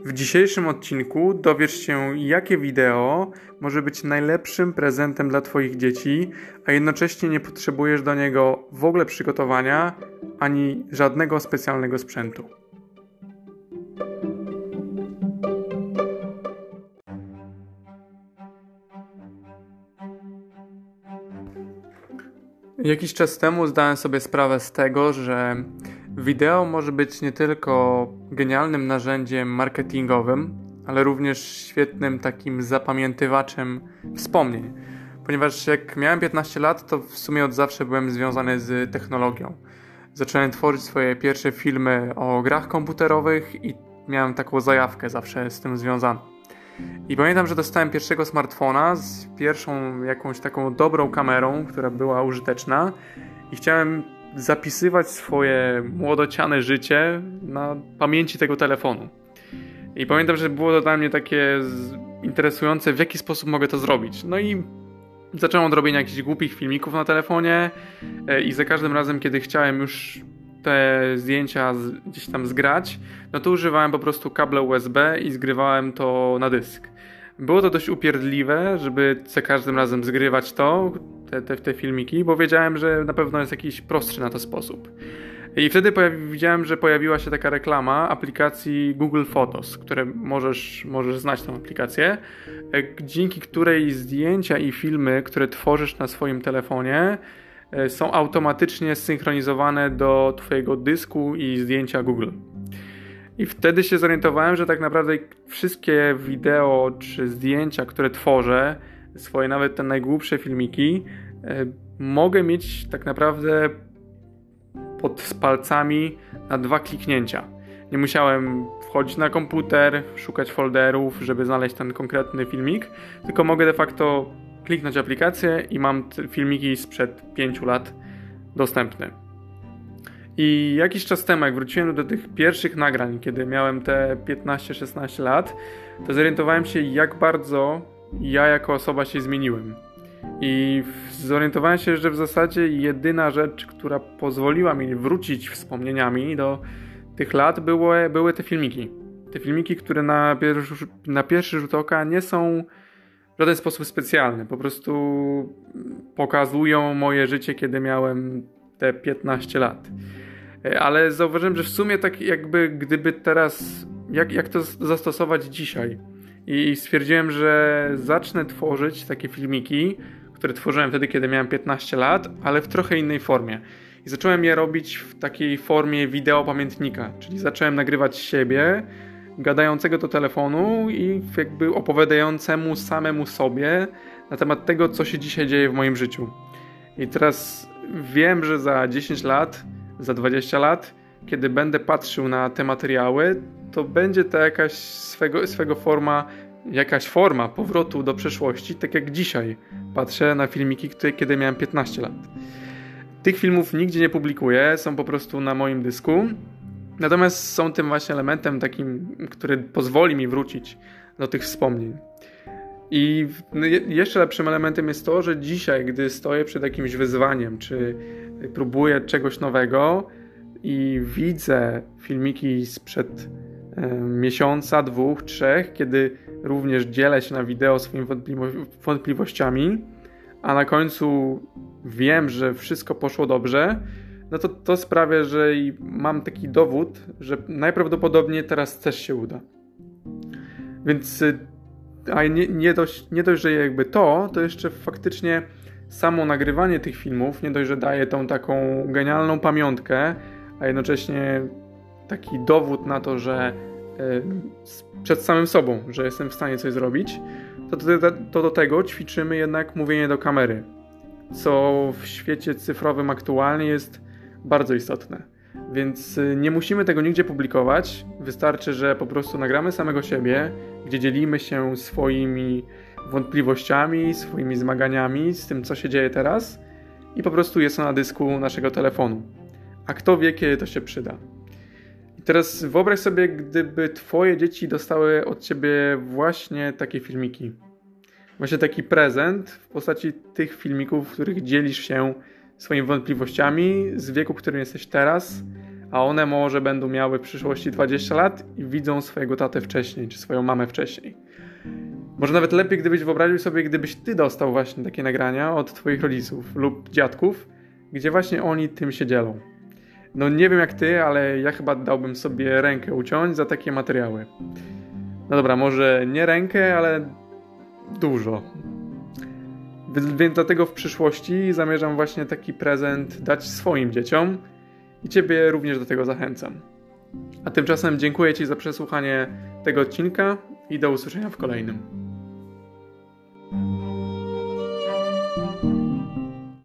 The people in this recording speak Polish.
W dzisiejszym odcinku dowiesz się, jakie wideo może być najlepszym prezentem dla Twoich dzieci, a jednocześnie nie potrzebujesz do niego w ogóle przygotowania ani żadnego specjalnego sprzętu. Jakiś czas temu zdałem sobie sprawę z tego, że wideo może być nie tylko genialnym narzędziem marketingowym, ale również świetnym takim zapamiętywaczem wspomnień. Ponieważ jak miałem 15 lat, to w sumie od zawsze byłem związany z technologią. Zacząłem tworzyć swoje pierwsze filmy o grach komputerowych i miałem taką zajawkę zawsze z tym związaną. I pamiętam, że dostałem pierwszego smartfona z pierwszą jakąś taką dobrą kamerą, która była użyteczna i chciałem zapisywać swoje młodociane życie na pamięci tego telefonu. I pamiętam, że było to dla mnie takie interesujące, w jaki sposób mogę to zrobić. No i zacząłem od robienia jakichś głupich filmików na telefonie i za każdym razem, kiedy chciałem już te zdjęcia gdzieś tam zgrać, no to używałem po prostu kabla USB i zgrywałem to na dysk. Było to dość upierdliwe, żeby za każdym razem zgrywać te filmiki, bo wiedziałem, że na pewno jest jakiś prostszy na to sposób. I wtedy widziałem, że pojawiła się taka reklama aplikacji Google Photos, które możesz znać tą aplikację, dzięki której zdjęcia i filmy, które tworzysz na swoim telefonie, są automatycznie zsynchronizowane do Twojego dysku i zdjęcia Google. I wtedy się zorientowałem, że tak naprawdę wszystkie wideo czy zdjęcia, które tworzę, swoje nawet te najgłupsze filmiki, mogę mieć tak naprawdę pod palcami na 2 kliknięcia. Nie musiałem wchodzić na komputer, szukać folderów, żeby znaleźć ten konkretny filmik, tylko mogę de facto kliknąć aplikację i mam filmiki sprzed 5 lat dostępne. I jakiś czas temu, jak wróciłem do tych pierwszych nagrań, kiedy miałem te 15-16 lat, to zorientowałem się, jak bardzo ja jako osoba się zmieniłem. I zorientowałem się, że w zasadzie jedyna rzecz, która pozwoliła mi wrócić wspomnieniami do tych lat, były te filmiki. Te filmiki, które na pierwszy rzut oka nie są w żaden sposób specjalne. Po prostu pokazują moje życie, kiedy miałem te 15 lat. Ale zauważyłem, że w sumie tak jakby gdyby teraz, jak to zastosować dzisiaj. I stwierdziłem, że zacznę tworzyć takie filmiki, które tworzyłem wtedy, kiedy miałem 15 lat, ale w trochę innej formie. I zacząłem je robić w takiej formie wideo pamiętnika, czyli zacząłem nagrywać siebie, gadającego do telefonu i jakby opowiadającemu samemu sobie na temat tego, co się dzisiaj dzieje w moim życiu. I teraz wiem, że za 10 lat, za 20 lat, kiedy będę patrzył na te materiały, to będzie to jakaś forma powrotu do przeszłości, tak jak dzisiaj patrzę na filmiki, kiedy miałem 15 lat. Tych filmów nigdzie nie publikuję, są po prostu na moim dysku, natomiast są tym właśnie elementem takim, który pozwoli mi wrócić do tych wspomnień. I jeszcze lepszym elementem jest to, że dzisiaj, gdy stoję przed jakimś wyzwaniem, czy próbuję czegoś nowego i widzę filmiki sprzed miesiąca, 2, 3, kiedy również dzielę się na wideo swoimi wątpliwościami, a na końcu wiem, że wszystko poszło dobrze, no to sprawia, że mam taki dowód, że najprawdopodobniej teraz też się uda. Więc nie dość, że jakby to jeszcze faktycznie samo nagrywanie tych filmów, nie dość, że daje tą taką genialną pamiątkę, a jednocześnie taki dowód na to, że przed samym sobą, że jestem w stanie coś zrobić, to do tego ćwiczymy jednak mówienie do kamery, co w świecie cyfrowym aktualnie jest bardzo istotne. Więc nie musimy tego nigdzie publikować, wystarczy, że po prostu nagramy samego siebie, gdzie dzielimy się swoimi wątpliwościami, swoimi zmaganiami z tym, co się dzieje teraz i po prostu jest to na dysku naszego telefonu. A kto wie, kiedy to się przyda. I teraz wyobraź sobie, gdyby twoje dzieci dostały od ciebie właśnie takie filmiki. Właśnie taki prezent w postaci tych filmików, w których dzielisz się swoimi wątpliwościami z wieku, w którym jesteś teraz, a one może będą miały w przyszłości 20 lat i widzą swojego tatę wcześniej, czy swoją mamę wcześniej. Może nawet lepiej, gdybyś wyobraził sobie, gdybyś ty dostał właśnie takie nagrania od twoich rodziców lub dziadków, gdzie właśnie oni tym się dzielą. No nie wiem jak ty, ale ja chyba dałbym sobie rękę uciąć za takie materiały. No dobra, może nie rękę, ale dużo. Więc dlatego w przyszłości zamierzam właśnie taki prezent dać swoim dzieciom i ciebie również do tego zachęcam. A tymczasem dziękuję ci za przesłuchanie tego odcinka i do usłyszenia w kolejnym.